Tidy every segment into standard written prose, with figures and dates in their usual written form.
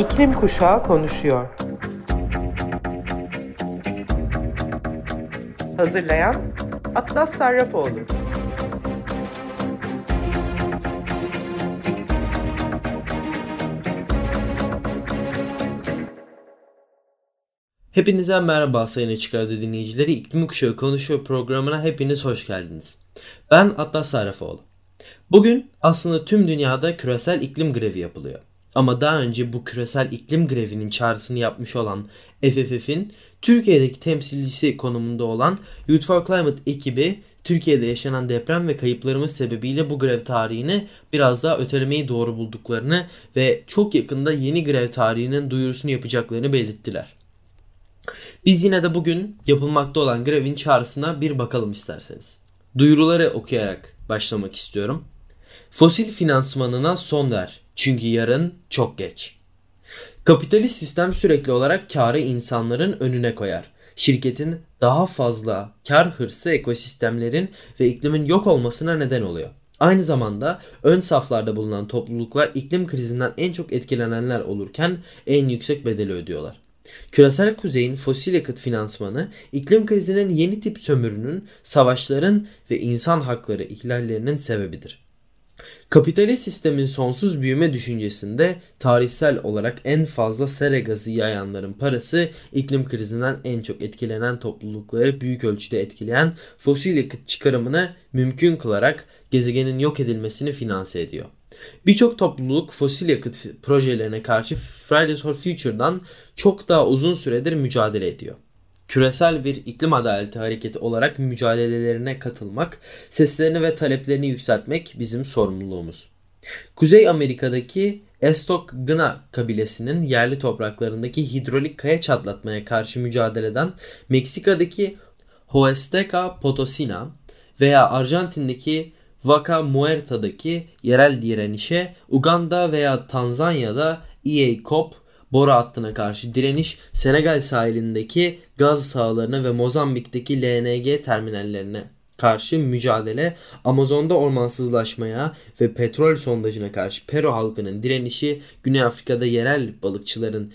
İklim Kuşağı konuşuyor. Hazırlayan Atlas Sarrafoğlu. Hepinize merhaba sayın Açık Radyo dinleyicileri. İklim Kuşağı konuşuyor programına hepiniz hoş geldiniz. Ben Atlas Sarrafoğlu. Bugün aslında tüm dünyada küresel iklim grevi yapılıyor. Ama daha önce bu küresel iklim grevinin çağrısını yapmış olan FFF'in Türkiye'deki temsilcisi konumunda olan Youth for Climate ekibi Türkiye'de yaşanan deprem ve kayıplarımız sebebiyle bu grev tarihini biraz daha ötelemeyi doğru bulduklarını ve çok yakında yeni grev tarihinin duyurusunu yapacaklarını belirttiler. Biz yine de bugün yapılmakta olan grevin çağrısına bir bakalım isterseniz. Duyuruları okuyarak başlamak istiyorum. Fosil finansmanına son ver. Çünkü yarın çok geç. Kapitalist sistem sürekli olarak karı insanların önüne koyar. Şirketin daha fazla kar hırsı ekosistemlerin ve iklimin yok olmasına neden oluyor. Aynı zamanda ön saflarda bulunan topluluklar iklim krizinden en çok etkilenenler olurken en yüksek bedeli ödüyorlar. Küresel kuzeyin fosil yakıt finansmanı, iklim krizinin yeni tip sömürünün, savaşların ve insan hakları ihlallerinin sebebidir. Kapitalist sistemin sonsuz büyüme düşüncesinde tarihsel olarak en fazla sera gazı yayanların parası iklim krizinden en çok etkilenen toplulukları büyük ölçüde etkileyen fosil yakıt çıkarımını mümkün kılarak gezegenin yok edilmesini finanse ediyor. Birçok topluluk fosil yakıt projelerine karşı Fridays for Future'dan çok daha uzun süredir mücadele ediyor. Küresel bir iklim adaleti hareketi olarak mücadelelerine katılmak, seslerini ve taleplerini yükseltmek bizim sorumluluğumuz. Kuzey Amerika'daki Estokgna kabilesinin yerli topraklarındaki hidrolik kaya çatlatmaya karşı mücadeleden Meksika'daki Huasteca Potosina veya Arjantin'deki Vaca Muerta'daki yerel direnişe, Uganda veya Tanzanya'da EACOP boru hattına karşı direniş, Senegal sahilindeki gaz sahalarına ve Mozambik'teki LNG terminallerine karşı mücadele, Amazon'da ormansızlaşmaya ve petrol sondajına karşı Peru halkının direnişi, Güney Afrika'da yerel balıkçıların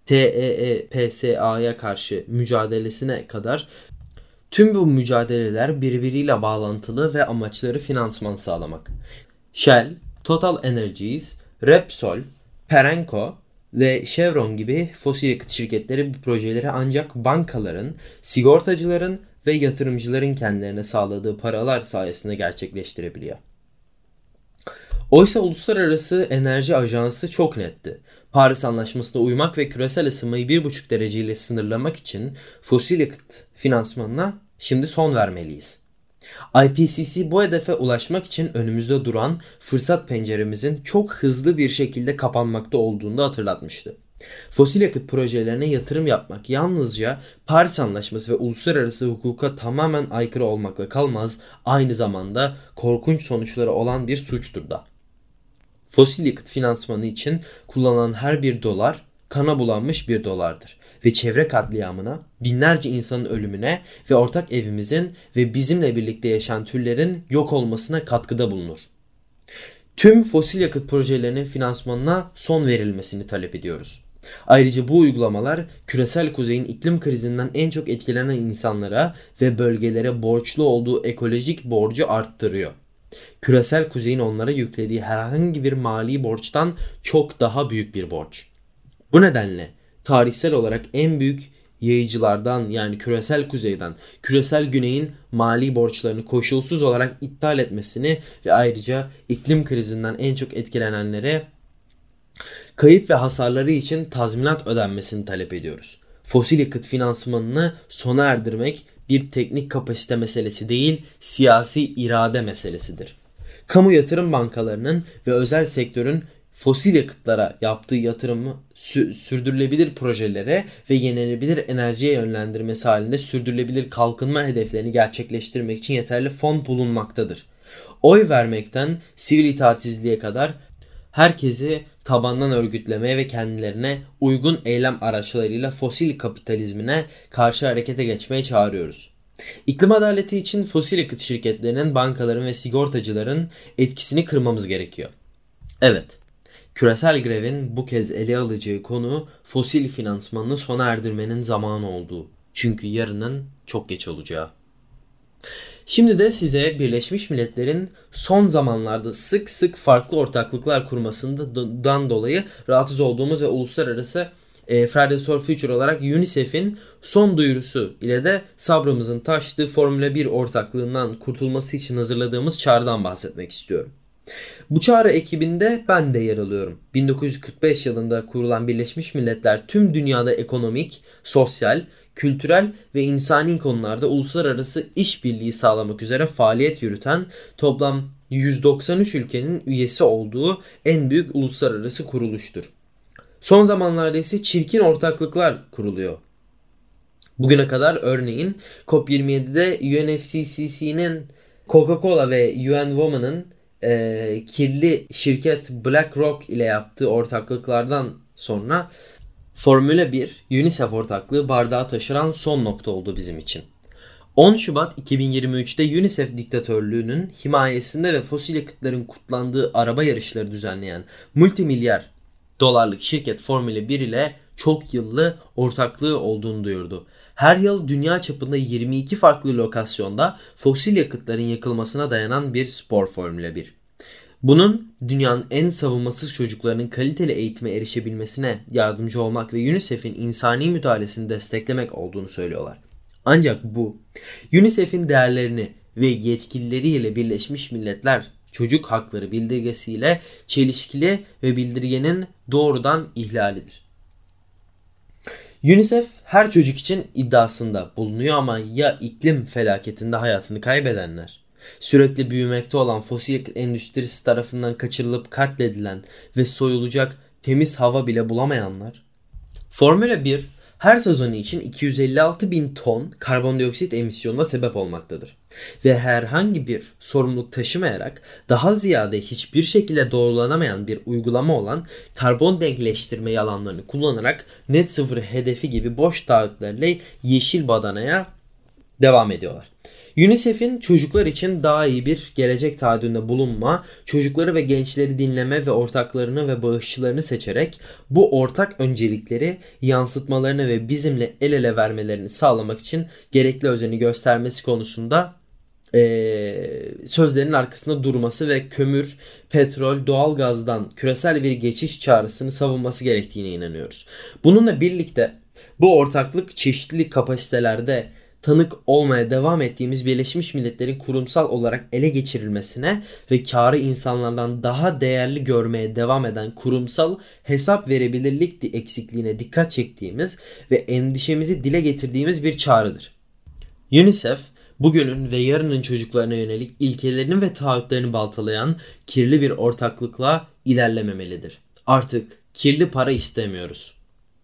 TEEPSA'ya karşı mücadelesine kadar tüm bu mücadeleler birbiriyle bağlantılı ve amaçları finansman sağlamak. Shell, Total Energies, Repsol, Perenco ve Chevron gibi fosil yakıt şirketleri bu projeleri ancak bankaların, sigortacıların ve yatırımcıların kendilerine sağladığı paralar sayesinde gerçekleştirebiliyor. Oysa Uluslararası Enerji Ajansı çok netti. Paris Anlaşması'na uymak ve küresel ısınmayı 1,5 dereceyle sınırlamak için fosil yakıt finansmanına şimdi son vermeliyiz. IPCC bu hedefe ulaşmak için önümüzde duran fırsat penceremizin çok hızlı bir şekilde kapanmakta olduğunu da hatırlatmıştı. Fosil yakıt projelerine yatırım yapmak yalnızca Paris Anlaşması ve uluslararası hukuka tamamen aykırı olmakla kalmaz, aynı zamanda korkunç sonuçları olan bir suçtur da. Fosil yakıt finansmanı için kullanılan her bir dolar kana bulanmış bir dolardır ve çevre katliamına, binlerce insanın ölümüne ve ortak evimizin ve bizimle birlikte yaşayan türlerin yok olmasına katkıda bulunur. Tüm fosil yakıt projelerinin finansmanına son verilmesini talep ediyoruz. Ayrıca bu uygulamalar küresel kuzeyin iklim krizinden en çok etkilenen insanlara ve bölgelere borçlu olduğu ekolojik borcu arttırıyor. Küresel kuzeyin onlara yüklediği herhangi bir mali borçtan çok daha büyük bir borç. Bu nedenle tarihsel olarak en büyük yayıcılardan yani küresel kuzeyden küresel güneyin mali borçlarını koşulsuz olarak iptal etmesini ve ayrıca iklim krizinden en çok etkilenenlere kayıp ve hasarları için tazminat ödenmesini talep ediyoruz. Fosil yakıt finansmanını sona erdirmek bir teknik kapasite meselesi değil, siyasi irade meselesidir. Kamu yatırım bankalarının ve özel sektörün fosil yakıtlara yaptığı yatırımı sürdürülebilir projelere ve yenilenebilir enerjiye yönlendirmesi halinde sürdürülebilir kalkınma hedeflerini gerçekleştirmek için yeterli fon bulunmaktadır. Oy vermekten sivil itaatsizliğe kadar herkesi tabandan örgütlemeye ve kendilerine uygun eylem araçlarıyla fosil kapitalizmine karşı harekete geçmeye çağırıyoruz. İklim adaleti için fosil yakıt şirketlerinin, bankaların ve sigortacıların etkisini kırmamız gerekiyor. Evet, Küresel grevin bu kez ele alacağı konu fosil finansmanını sona erdirmenin zamanı olduğu. Çünkü yarının çok geç olacağı. Şimdi de size Birleşmiş Milletler'in son zamanlarda sık sık farklı ortaklıklar kurmasından dolayı rahatsız olduğumuz ve uluslararası Fridays for Future olarak UNICEF'in son duyurusu ile de sabrımızın taştığı Formula 1 ortaklığından kurtulması için hazırladığımız çağrıdan bahsetmek istiyorum. Bu çağrı ekibinde ben de yer alıyorum. 1945 yılında kurulan Birleşmiş Milletler tüm dünyada ekonomik, sosyal, kültürel ve insani konularda uluslararası işbirliği sağlamak üzere faaliyet yürüten toplam 193 ülkenin üyesi olduğu en büyük uluslararası kuruluştur. Son zamanlarda ise çirkin ortaklıklar kuruluyor. Bugüne kadar örneğin COP27'de UNFCCC'nin Coca-Cola ve UN Women'ın kirli şirket BlackRock ile yaptığı ortaklıklardan sonra Formula 1 UNICEF ortaklığı bardağı taşıran son nokta oldu bizim için. 10 Şubat 2023'te UNICEF diktatörlüğünün himayesinde ve fosil yakıtların kutlandığı araba yarışları düzenleyen multimilyar dolarlık şirket Formula 1 ile çok yıllı ortaklığı olduğunu duyurdu. Her yıl dünya çapında 22 farklı lokasyonda fosil yakıtların yakılmasına dayanan bir spor Formula 1. Bunun dünyanın en savunmasız çocuklarının kaliteli eğitime erişebilmesine yardımcı olmak ve UNICEF'in insani müdahalesini desteklemek olduğunu söylüyorlar. Ancak bu UNICEF'in değerlerini ve yetkilileriyle Birleşmiş Milletler Çocuk Hakları Bildirgesi'yle çelişkili ve bildirgenin doğrudan ihlalidir. UNICEF her çocuk için iddiasında bulunuyor ama ya iklim felaketinde hayatını kaybedenler, sürekli büyümekte olan fosil yakıt endüstrisi tarafından kaçırılıp katledilen ve soyulacak temiz hava bile bulamayanlar? Formula 1 her sezonu için 256 bin ton karbondioksit emisyonuna sebep olmaktadır. Ve herhangi bir sorumluluk taşımayarak daha ziyade hiçbir şekilde doğrulanamayan bir uygulama olan karbon denkleştirme yalanlarını kullanarak net sıfır hedefi gibi boş taahhütlerle yeşil badanaya devam ediyorlar. UNICEF'in çocuklar için daha iyi bir gelecek taahhüdünde bulunma, çocukları ve gençleri dinleme ve ortaklarını ve bağışçılarını seçerek bu ortak öncelikleri yansıtmalarını ve bizimle el ele vermelerini sağlamak için gerekli özeni göstermesi konusunda sözlerin arkasında durması ve kömür, petrol, doğalgazdan küresel bir geçiş çağrısını savunması gerektiğine inanıyoruz. Bununla birlikte bu ortaklık çeşitli kapasitelerde tanık olmaya devam ettiğimiz Birleşmiş Milletler'in kurumsal olarak ele geçirilmesine ve karı insanlardan daha değerli görmeye devam eden kurumsal hesap verebilirlik eksikliğine dikkat çektiğimiz ve endişemizi dile getirdiğimiz bir çağrıdır. UNICEF, bugünün ve yarının çocuklarına yönelik ilkelerini ve taahhütlerini baltalayan kirli bir ortaklıkla ilerlememelidir. Artık kirli para istemiyoruz.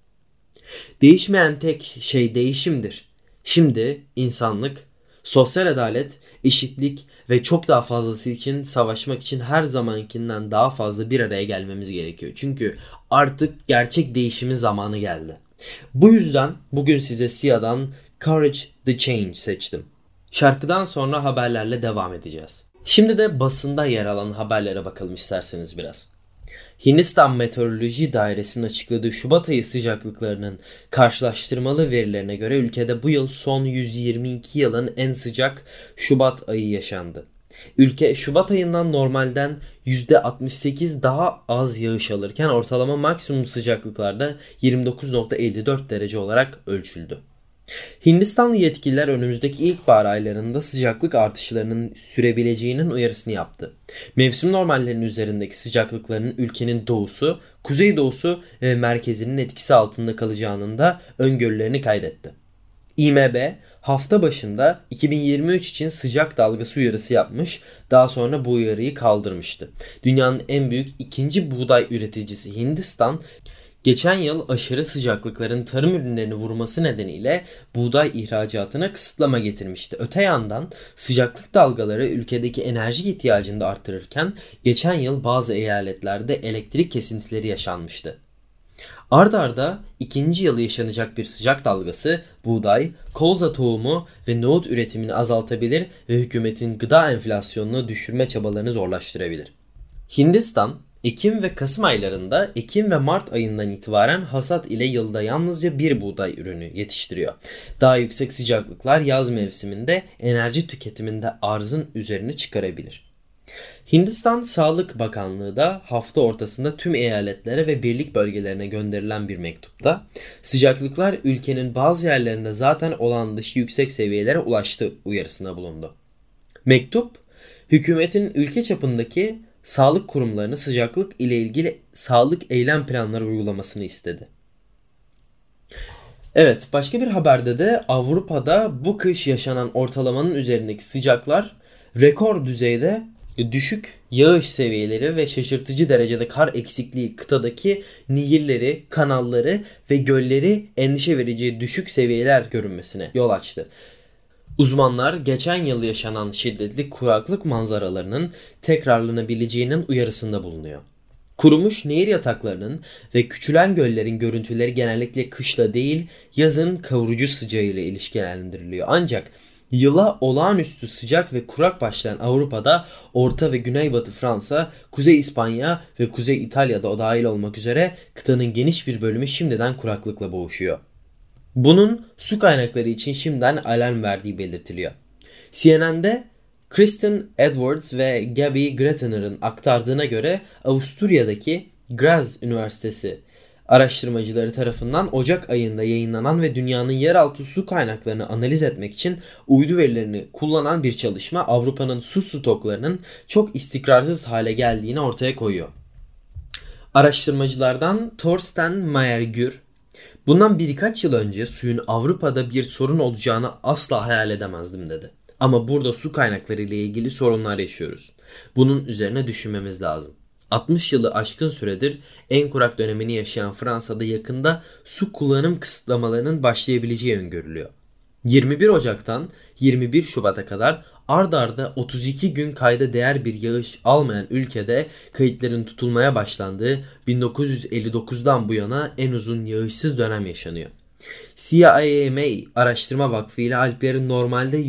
Değişmeyen tek şey değişimdir. Şimdi insanlık, sosyal adalet, eşitlik ve çok daha fazlası için savaşmak için her zamankinden daha fazla bir araya gelmemiz gerekiyor. Çünkü artık gerçek değişimin zamanı geldi. Bu yüzden bugün size Sia'dan Courage the Change seçtim. Şarkıdan sonra haberlerle devam edeceğiz. Şimdi de basında yer alan haberlere bakalım isterseniz biraz. Hindistan Meteoroloji Dairesi'nin açıkladığı Şubat ayı sıcaklıklarının karşılaştırmalı verilerine göre ülkede bu yıl son 122 yılın en sıcak Şubat ayı yaşandı. Ülke Şubat ayından normalden %68 daha az yağış alırken ortalama maksimum sıcaklıklarda 29,54 derece olarak ölçüldü. Hindistanlı yetkililer önümüzdeki ilkbahar aylarında sıcaklık artışlarının sürebileceğinin uyarısını yaptı. Mevsim normallerinin üzerindeki sıcaklıkların ülkenin doğusu, kuzeydoğusu ve merkezinin etkisi altında kalacağının da öngörülerini kaydetti. IMB hafta başında 2023 için sıcak dalgası uyarısı yapmış, daha sonra bu uyarıyı kaldırmıştı. Dünyanın en büyük ikinci buğday üreticisi Hindistan, geçen yıl aşırı sıcaklıkların tarım ürünlerini vurması nedeniyle buğday ihracatına kısıtlama getirmişti. Öte yandan sıcaklık dalgaları ülkedeki enerji ihtiyacını da arttırırken geçen yıl bazı eyaletlerde elektrik kesintileri yaşanmıştı. Ard arda ikinci yılı yaşanacak bir sıcak dalgası buğday, kolza tohumu ve nohut üretimini azaltabilir ve hükümetin gıda enflasyonunu düşürme çabalarını zorlaştırabilir. Hindistan, Ekim ve Kasım aylarında, Ekim ve Mart ayından itibaren hasat ile yılda yalnızca bir buğday ürünü yetiştiriyor. Daha yüksek sıcaklıklar yaz mevsiminde enerji tüketiminde arzın üzerine çıkarabilir. Hindistan Sağlık Bakanlığı da hafta ortasında tüm eyaletlere ve birlik bölgelerine gönderilen bir mektupta sıcaklıklar ülkenin bazı yerlerinde zaten olağan dışı yüksek seviyelere ulaştı uyarısına bulundu. Mektup, hükümetin ülke çapındaki sağlık kurumlarını sıcaklık ile ilgili sağlık eylem planları uygulamasını istedi. Evet, başka bir haberde de Avrupa'da bu kış yaşanan ortalamanın üzerindeki sıcaklar rekor düzeyde düşük yağış seviyeleri ve şaşırtıcı derecede kar eksikliği kıtadaki nehirleri, kanalları ve gölleri endişe verici düşük seviyeler görünmesine yol açtı. Uzmanlar geçen yıl yaşanan şiddetli kuraklık manzaralarının tekrarlanabileceğinin uyarısında bulunuyor. Kurumuş nehir yataklarının ve küçülen göllerin görüntüleri genellikle kışla değil yazın kavurucu sıcağıyla ilişkilendiriliyor. Ancak yıla olağanüstü sıcak ve kurak başlayan Avrupa'da Orta ve Güneybatı Fransa, Kuzey İspanya ve Kuzey İtalya'da o dahil olmak üzere kıtanın geniş bir bölümü şimdiden kuraklıkla boğuşuyor. Bunun su kaynakları için şimdiden alarm verdiği belirtiliyor. CNN'de Kristen Edwards ve Gabby Grettener'ın aktardığına göre Avusturya'daki Graz Üniversitesi araştırmacıları tarafından Ocak ayında yayınlanan ve dünyanın yeraltı su kaynaklarını analiz etmek için uydu verilerini kullanan bir çalışma Avrupa'nın su stoklarının çok istikrarsız hale geldiğini ortaya koyuyor. Araştırmacılardan Thorsten Mayergür, bundan birkaç yıl önce suyun Avrupa'da bir sorun olacağını asla hayal edemezdim dedi. Ama burada su kaynakları ile ilgili sorunlar yaşıyoruz. Bunun üzerine düşünmemiz lazım. 60 yılı aşkın süredir en kurak dönemini yaşayan Fransa'da yakında su kullanım kısıtlamalarının başlayabileceği öngörülüyor. 21 Ocak'tan 21 Şubat'a kadar ard arda 32 gün kayda değer bir yağış almayan ülkede kayıtların tutulmaya başlandığı 1959'dan bu yana en uzun yağışsız dönem yaşanıyor. CIAMA Araştırma Vakfı ile Alplerin normalde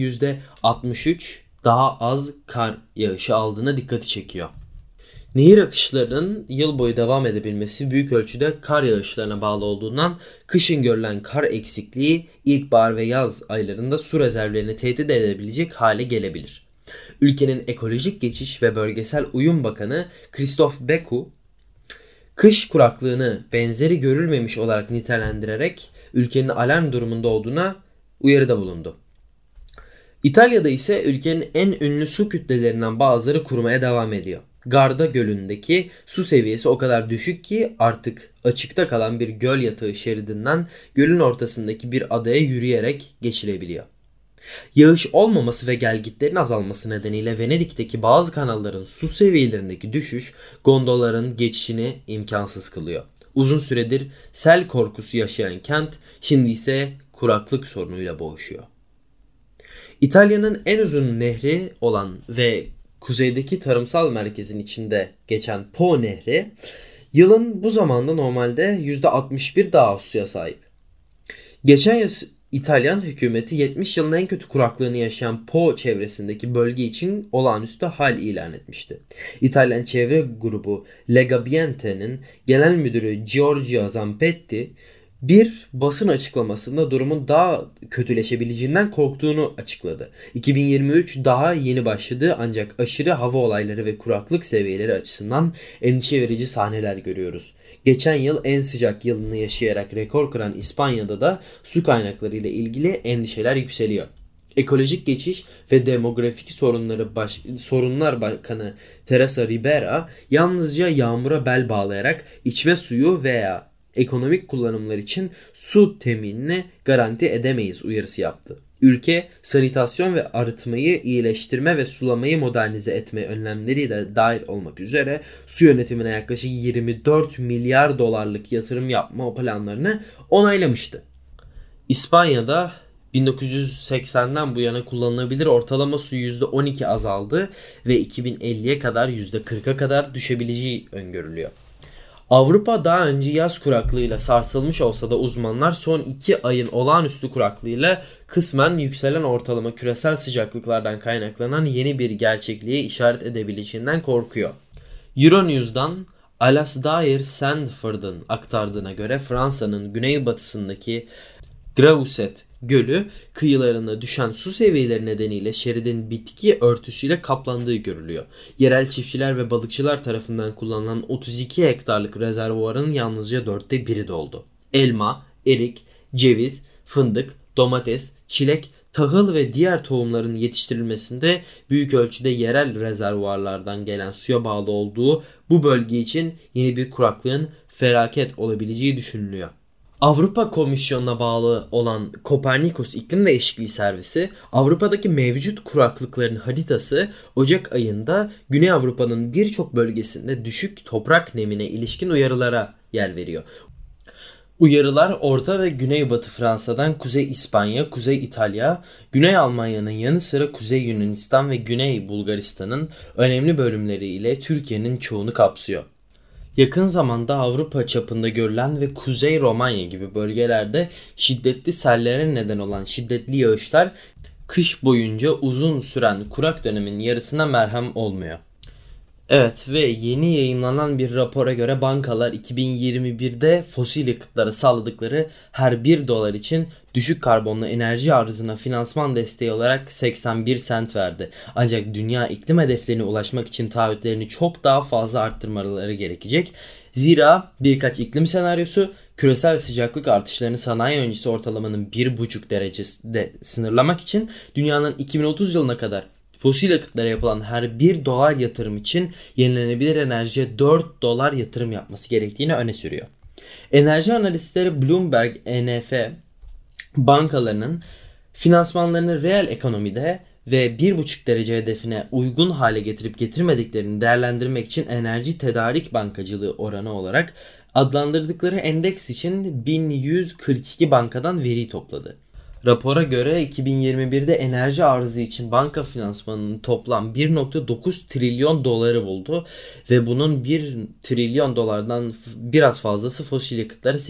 %63 daha az kar yağışı aldığına dikkati çekiyor. Nehir akışlarının yıl boyu devam edebilmesi büyük ölçüde kar yağışlarına bağlı olduğundan kışın görülen kar eksikliği ilkbahar ve yaz aylarında su rezervlerini tehdit edebilecek hale gelebilir. Ülkenin Ekolojik Geçiş ve Bölgesel Uyum Bakanı Christophe Bécu, kış kuraklığını benzeri görülmemiş olarak nitelendirerek ülkenin alarm durumunda olduğuna uyarıda bulundu. İtalya'da ise ülkenin en ünlü su kütlelerinden bazıları kurumaya devam ediyor. Garda Gölü'ndeki su seviyesi o kadar düşük ki artık açıkta kalan bir göl yatağı şeridinden gölün ortasındaki bir adaya yürüyerek geçilebiliyor. Yağış olmaması ve gelgitlerin azalması nedeniyle Venedik'teki bazı kanalların su seviyelerindeki düşüş gondolların geçişini imkansız kılıyor. Uzun süredir sel korkusu yaşayan kent şimdi ise kuraklık sorunuyla boğuşuyor. İtalya'nın en uzun nehri olan ve kuzeydeki tarımsal merkezin içinde geçen Po Nehri yılın bu zamanda normalde %61 daha az suya sahip. Geçen yıl İtalyan hükümeti 70 yılın en kötü kuraklığını yaşayan Po çevresindeki bölge için olağanüstü hal ilan etmişti. İtalyan çevre grubu Legambiente'nin genel müdürü Giorgio Zampetti bir basın açıklamasında durumun daha kötüleşebileceğinden korktuğunu açıkladı. 2023 daha yeni başladı ancak aşırı hava olayları ve kuraklık seviyeleri açısından endişe verici sahneler görüyoruz. Geçen yıl en sıcak yılını yaşayarak rekor kıran İspanya'da da su kaynakları ile ilgili endişeler yükseliyor. Ekolojik Geçiş ve Demografik Sorunlar Bakanı Teresa Ribera yalnızca yağmura bel bağlayarak içme suyu veya ekonomik kullanımlar için su teminini garanti edemeyiz uyarısı yaptı. Ülke sanitasyon ve arıtmayı iyileştirme ve sulamayı modernize etme önlemleri de dahil olmak üzere su yönetimine yaklaşık 24 milyar dolarlık yatırım yapma planlarını onaylamıştı. İspanya'da 1980'den bu yana kullanılabilir ortalama su %12 azaldı ve 2050'ye kadar %40'a kadar düşebileceği öngörülüyor. Avrupa daha önce yaz kuraklığıyla sarsılmış olsa da uzmanlar son 2 ayın olağanüstü kuraklığıyla kısmen yükselen ortalama küresel sıcaklıklardan kaynaklanan yeni bir gerçekliğe işaret edebileceğinden korkuyor. Euronews'dan Alasdair Sandford'un aktardığına göre Fransa'nın güneybatısındaki Grauset Gölü kıyılarına düşen su seviyeleri nedeniyle şeridin bitki örtüsüyle kaplandığı görülüyor. Yerel çiftçiler ve balıkçılar tarafından kullanılan 32 hektarlık rezervuarın yalnızca 1/4 doldu. Elma, erik, ceviz, fındık, domates, çilek, tahıl ve diğer tohumların yetiştirilmesinde büyük ölçüde yerel rezervuarlardan gelen suya bağlı olduğu bu bölge için yeni bir kuraklığın felaket olabileceği düşünülüyor. Avrupa Komisyonu'na bağlı olan Kopernikus İklim Değişikliği Servisi, Avrupa'daki mevcut kuraklıkların haritası Ocak ayında Güney Avrupa'nın birçok bölgesinde düşük toprak nemine ilişkin uyarılara yer veriyor. Uyarılar Orta ve Güneybatı Fransa'dan Kuzey İspanya, Kuzey İtalya, Güney Almanya'nın yanı sıra Kuzey Yunanistan ve Güney Bulgaristan'ın önemli bölümleri ile Türkiye'nin çoğunu kapsıyor. Yakın zamanda Avrupa çapında görülen ve Kuzey Romanya gibi bölgelerde şiddetli sellere neden olan şiddetli yağışlar kış boyunca uzun süren kurak dönemin yarısına merhem olmuyor. Evet ve yeni yayımlanan bir rapora göre bankalar 2021'de fosil yakıtlara sağladıkları her 1 dolar için düşük karbonlu enerji arzına finansman desteği olarak 81 sent verdi. Ancak dünya iklim hedeflerine ulaşmak için taahhütlerini çok daha fazla arttırmaları gerekecek. Zira birkaç iklim senaryosu küresel sıcaklık artışlarını sanayi öncesi ortalamanın 1,5 derecesinde sınırlamak için dünyanın 2030 yılına kadar fosil yakıtlara yapılan her 1 dolar yatırım için yenilenebilir enerjiye 4 dolar yatırım yapması gerektiğini öne sürüyor. Enerji analistleri Bloomberg NF bankalarının finansmanlarını reel ekonomide ve 1,5 derece hedefine uygun hale getirip getirmediklerini değerlendirmek için enerji tedarik bankacılığı oranı olarak adlandırdıkları endeks için 1142 bankadan veri topladı. Rapora göre 2021'de enerji arzı için banka finansmanının toplam 1,9 trilyon doları buldu ve bunun 1 trilyon dolardan biraz fazlası fosil yakıtlara,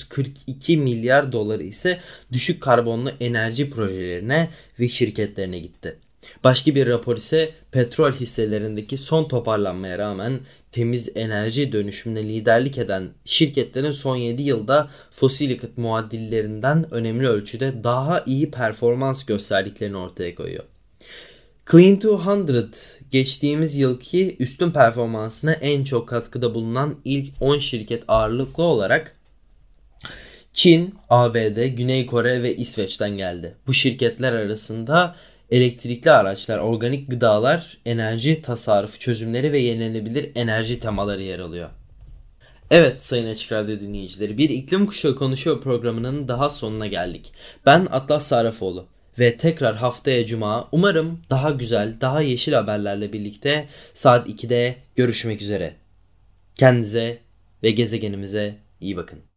842 milyar doları ise düşük karbonlu enerji projelerine ve şirketlerine gitti. Başka bir rapor ise petrol hisselerindeki son toparlanmaya rağmen temiz enerji dönüşümüne liderlik eden şirketlerin son 7 yılda fosil yakıt muadillerinden önemli ölçüde daha iyi performans gösterdiklerini ortaya koyuyor. Clean 200 geçtiğimiz yılki üstün performansına en çok katkıda bulunan ilk 10 şirket ağırlıklı olarak Çin, ABD, Güney Kore ve İsveç'ten geldi. Bu şirketler arasında elektrikli araçlar, organik gıdalar, enerji tasarrufu çözümleri ve yenilenebilir enerji temaları yer alıyor. Evet sayın Açık Radyo dinleyicileri, bir İklim Kuşağı Konuşuyor programının daha sonuna geldik. Ben Atlas Sarrafoğlu ve tekrar haftaya Cuma umarım daha güzel, daha yeşil haberlerle birlikte saat 2'de görüşmek üzere. Kendinize ve gezegenimize iyi bakın.